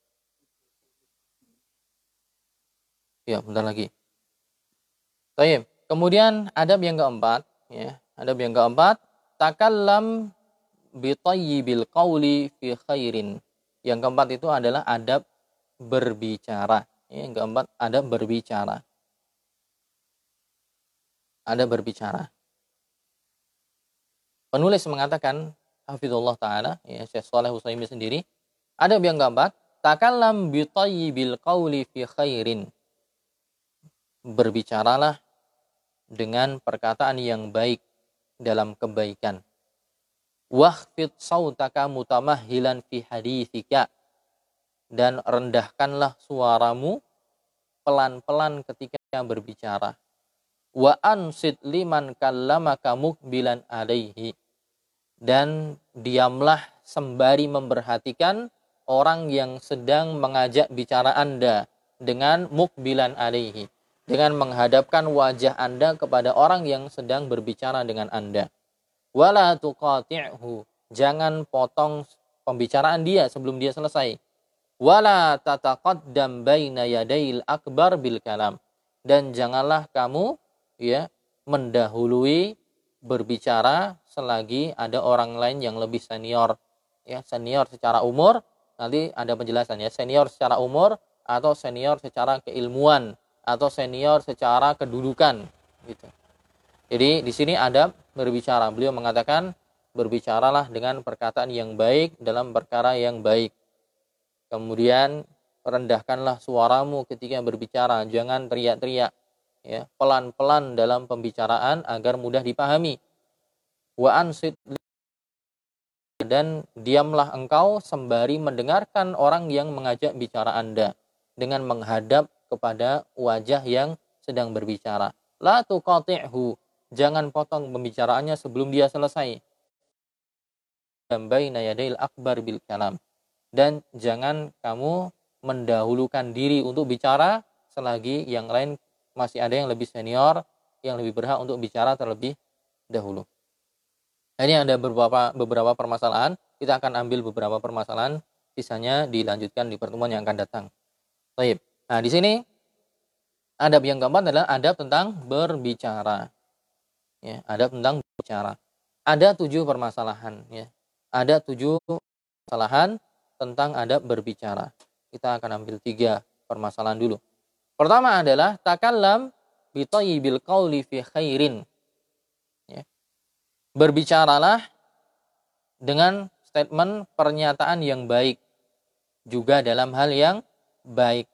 S1: Ya, bentar lagi. Baik. Kemudian adab yang keempat, ya. Adab yang keempat, takallam bi thayyibil qawli fi khairin. Yang keempat itu adalah adab berbicara. Yang keempat, adab berbicara. Adab berbicara. Penulis mengatakan, hafizullah taala, ya, Syekh Shalih Utsaimin sendiri, adab yang keempat, takallam bi thayyibil qawli fi khairin. Berbicaralah dengan perkataan yang baik dalam kebaikan. Wakhfid sautaka mutamahhilan fi hadithika. Dan rendahkanlah suaramu pelan-pelan ketika berbicara. Wa ansit liman kallamaka muqbilan alaihi. Dan diamlah sembari memperhatikan orang yang sedang mengajak bicara Anda dengan muqbilan alaihi, dengan menghadapkan wajah Anda kepada orang yang sedang berbicara dengan Anda. Wala tuqati'hu, jangan potong pembicaraan dia sebelum dia selesai. Wala tataqaddam baina yadayil akbar bil kalam, dan janganlah kamu, ya, mendahului berbicara selagi ada orang lain yang lebih senior, ya, senior secara umur. Nanti ada penjelasannya, senior secara umur atau senior secara keilmuan atau senior secara kedudukan, gitu. Jadi di sini adab berbicara. Beliau mengatakan berbicaralah dengan perkataan yang baik dalam perkara yang baik. Kemudian rendahkanlah suaramu ketika berbicara, jangan teriak-teriak, ya, pelan-pelan dalam pembicaraan agar mudah dipahami. Wa ansit, dan diamlah engkau sembari mendengarkan orang yang mengajak bicara Anda dengan menghadap kepada wajah yang sedang berbicara. La tuqati'hu, jangan potong pembicaraannya sebelum dia selesai. Baina yadayil akbar bil kalam, dan jangan kamu mendahulukan diri untuk bicara selagi yang lain masih ada yang lebih senior, yang lebih berhak untuk bicara terlebih dahulu. Ini ada beberapa permasalahan. Kita akan ambil beberapa permasalahan, sisanya dilanjutkan di pertemuan yang akan datang. Baik. Nah, di sini adab yang keempat adalah adab tentang berbicara. Ya, adab tentang berbicara. Ada 7 permasalahan. Ya. Ada 7 permasalahan tentang adab berbicara. Kita akan ambil 3 permasalahan dulu. Pertama adalah takallam bi thayyibil qauli fi khairin. Ya. Berbicaralah dengan statement pernyataan yang baik, juga dalam hal yang baik.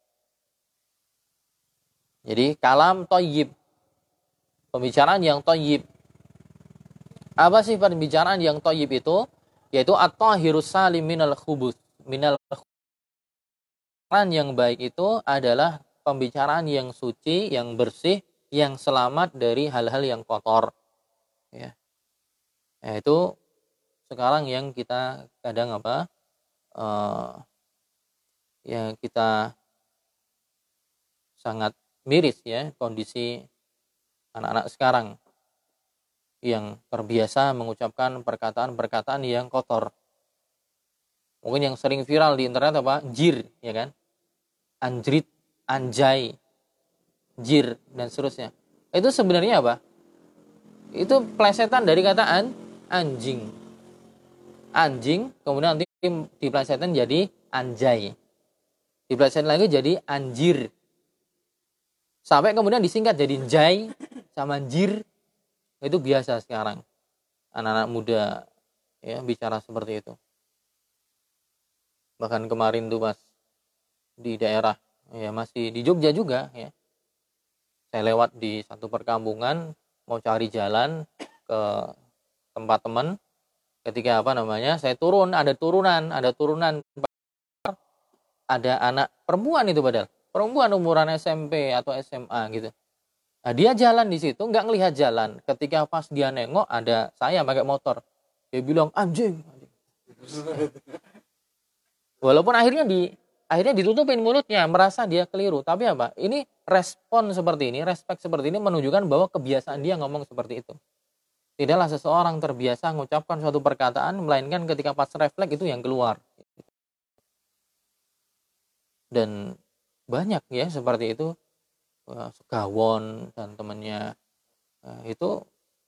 S1: Jadi kalam thayyib, pembicaraan yang thayyib. Apa sih pembicaraan yang thayyib itu? Yaitu at-tahirus salim minal khubuth. Pembicaraan yang baik itu adalah pembicaraan yang suci, yang bersih, yang selamat dari hal-hal yang kotor. Ya. Itu sekarang yang kita kadang yang kita sangat miris ya kondisi anak-anak sekarang yang terbiasa mengucapkan perkataan-perkataan yang kotor. Mungkin yang sering viral di internet apa? Jir, ya kan? Anjrit, anjay, jir dan seterusnya. Itu sebenarnya apa? Itu plesetan dari kata anjing. Anjing, kemudian nanti diplesetan jadi anjay. Diplesetan lagi jadi anjir. Sampai kemudian disingkat jadi jai sama jir. Itu biasa sekarang. Anak-anak muda ya bicara seperti itu. Bahkan kemarin tuh pas di daerah ya masih di Jogja juga ya. Saya lewat di satu perkampungan mau cari jalan ke tempat teman. Ketika saya turun, ada turunan, ada anak perempuan itu padahal. Perempuan umuran SMP atau SMA gitu. Nah, dia jalan di situ, nggak ngelihat jalan. Ketika pas dia nengok, ada saya pakai motor. Dia bilang, anjing. Walaupun akhirnya ditutupin mulutnya, merasa dia keliru. Tapi apa? Ini respon seperti ini, respek seperti ini menunjukkan bahwa kebiasaan dia ngomong seperti itu. Tidaklah seseorang terbiasa mengucapkan suatu perkataan, melainkan ketika pas refleks itu yang keluar. Dan banyak ya seperti itu. Segawon dan temannya itu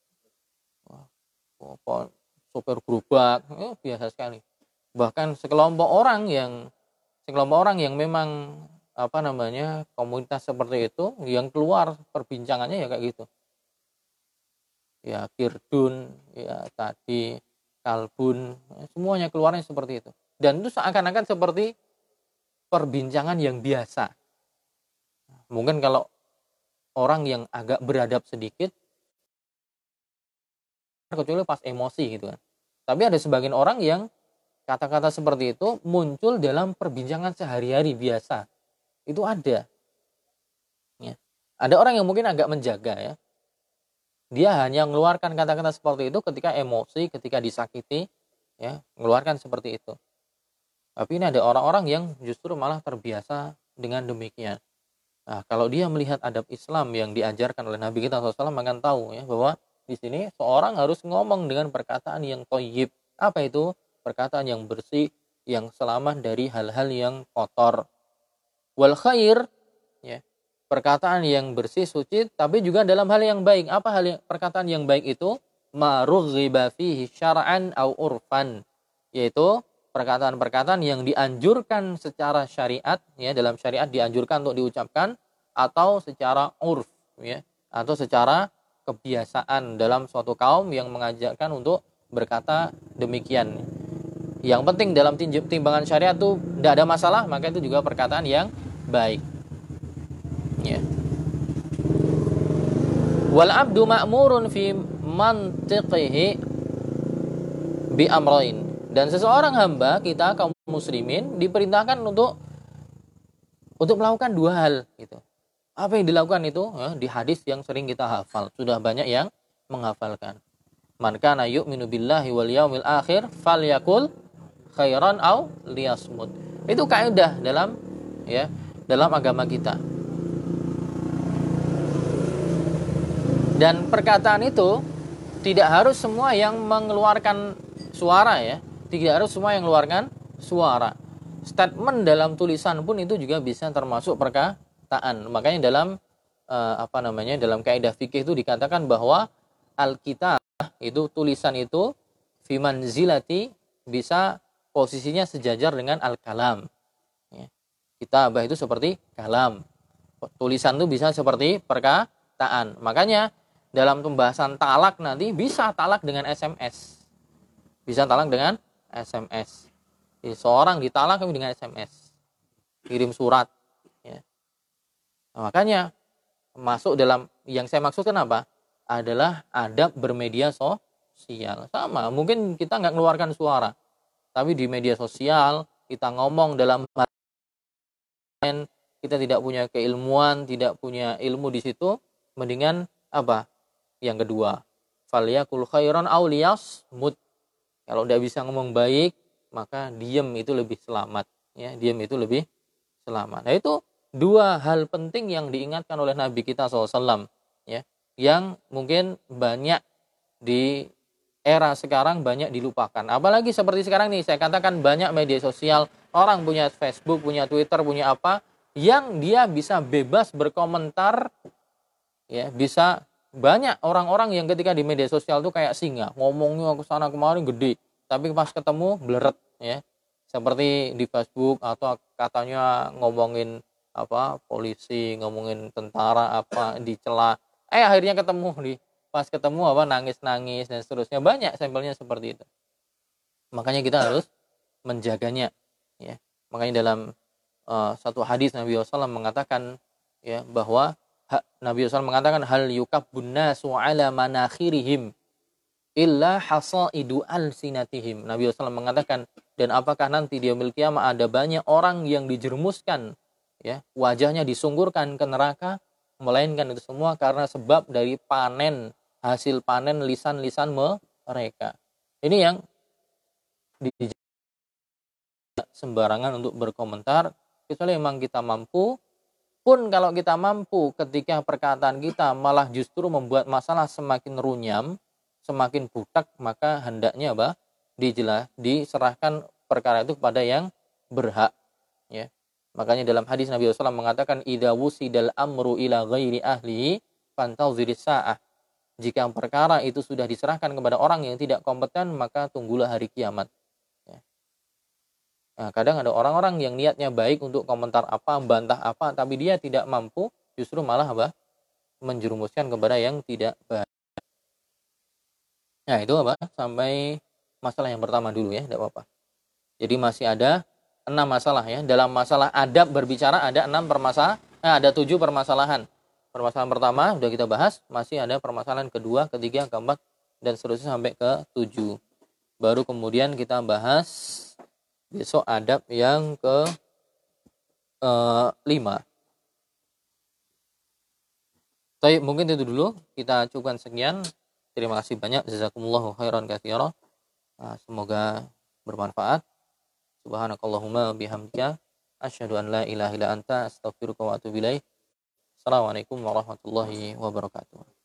S1: sopir gerobak, biasa sekali. Bahkan sekelompok orang yang memang komunitas seperti itu yang keluar perbincangannya ya kayak gitu. Ya kirdun, ya tadi kalbun, semuanya keluarnya seperti itu. Dan itu seakan-akan seperti perbincangan yang biasa. Mungkin kalau orang yang agak beradab sedikit, kecuali pas emosi gitu kan. Tapi ada sebagian orang yang kata-kata seperti itu muncul dalam perbincangan sehari-hari biasa. Itu ada. Ya. Ada orang yang mungkin agak menjaga ya. Dia hanya mengeluarkan kata-kata seperti itu ketika emosi, ketika disakiti, ya, mengeluarkan seperti itu. Tapi ini ada orang-orang yang justru malah terbiasa dengan demikian. Nah, kalau dia melihat adab Islam yang diajarkan oleh Nabi kita SAW akan tahu ya bahwa di sini seorang harus ngomong dengan perkataan yang thayyib. Apa itu? Perkataan yang bersih, yang selamat dari hal-hal yang kotor. Wal khair, ya, perkataan yang bersih, suci, tapi juga dalam hal yang baik. Apa perkataan yang baik itu? Ma rughiba fihi syar'an au urfan, yaitu perkataan-perkataan yang dianjurkan secara syariat, ya, dalam syariat dianjurkan untuk diucapkan, atau secara urf, ya, atau secara kebiasaan dalam suatu kaum yang mengajarkan untuk berkata demikian. Yang penting dalam timbangan syariat itu tidak ada masalah, maka itu juga perkataan yang baik. Ya. Wal abdu ma'murun fi mantiqihi bi amrain. Dan seseorang hamba kita kaum muslimin diperintahkan untuk melakukan 2 hal gitu. Apa yang dilakukan itu? Di hadis yang sering kita hafal, sudah banyak yang menghafalkan. Man kana yu'minu billahi wal yaumil akhir falyakul khairan au liyasmut. Itu kaidah dalam agama kita. Dan perkataan itu Tidak harus semua yang mengeluarkan suara ya. Tidak harus semua yang mengeluarkan suara. Statement dalam tulisan pun itu juga bisa termasuk perkataan. Makanya dalam dalam kaidah fikih itu dikatakan bahwa alkitab itu tulisan itu fimanzilati bisa posisinya sejajar dengan al-kalam. Ya. Kitabah itu seperti kalam. Tulisan itu bisa seperti perkataan. Makanya dalam pembahasan talak nanti bisa talak dengan SMS. Bisa talak dengan SMS. Jadi seorang ditalak dengan SMS. Kirim surat. Ya. Nah, makanya masuk dalam yang saya maksudkan apa? Adalah adab bermedia sosial. Sama, mungkin kita nggak mengeluarkan suara. Tapi di media sosial kita ngomong dalam kita tidak punya keilmuan, tidak punya ilmu di situ, mendingan apa? Yang kedua, falyakul khairan aw liyasmut. Kalau tidak bisa ngomong baik, maka diam itu lebih selamat, ya, diam itu lebih selamat. Nah, itu dua hal penting yang diingatkan oleh Nabi kita SAW, ya, yang mungkin banyak di era sekarang banyak dilupakan. Apalagi seperti sekarang nih, saya katakan banyak media sosial, orang punya Facebook, punya Twitter, punya apa, yang dia bisa bebas berkomentar, ya, bisa banyak orang-orang yang ketika di media sosial tuh kayak singa, ngomongnya ke sana kemari gede, tapi pas ketemu bleret, ya. Seperti di Facebook atau katanya ngomongin apa polisi, ngomongin tentara apa dicela, akhirnya ketemu di pas ketemu apa nangis-nangis dan seterusnya, banyak sampelnya seperti itu. Makanya kita harus menjaganya, ya. Makanya dalam satu hadis Nabi SAW mengatakan, ya, bahwa Nabi SAW mengatakan hal yukabbun nasu ala manakhirihim illa hasaidu alsinatihim. Nabi SAW mengatakan, dan apakah nanti di yaumil qiyamah ada banyak orang yang dijerumuskan, ya, wajahnya disungkurkan ke neraka, melainkan itu semua karena sebab dari panen, hasil panen lisan-lisan mereka. Ini yang sembarangan untuk berkomentar, kecuali memang kita mampu. Pun kalau kita mampu, ketika perkataan kita malah justru membuat masalah semakin runyam, semakin butak, maka hendaknya apa? Diserahkan perkara itu kepada yang berhak, ya. Makanya dalam hadis Nabi SAW mengatakan idza wusidal amru ila ghairi ahli fantauziris sa'ah. Jika perkara itu sudah diserahkan kepada orang yang tidak kompeten, maka tunggulah hari kiamat. Nah, kadang ada orang-orang yang niatnya baik untuk komentar apa, bantah apa, tapi dia tidak mampu, justru malah apa? Menjerumuskan kepada yang tidak baik. Nah, itu apa? Sampai masalah yang pertama dulu ya, tidak apa-apa. Jadi masih ada 6 masalah ya. Dalam masalah adab berbicara ada 7 permasalahan. Permasalahan pertama sudah kita bahas, masih ada permasalahan kedua, ketiga, keempat, dan seterusnya sampai ke 7. Baru kemudian kita bahas besok adab yang ke 5. Baik, mungkin itu dulu. Kita cukupkan sekian. Terima kasih banyak. Jazakumullahu khairan katsiran. Semoga bermanfaat. Subhanakallahumma bihamdika asyhadu an la ilaha illa anta astaghfiruka wa atubu ilaik. Assalamualaikum warahmatullahi wabarakatuh.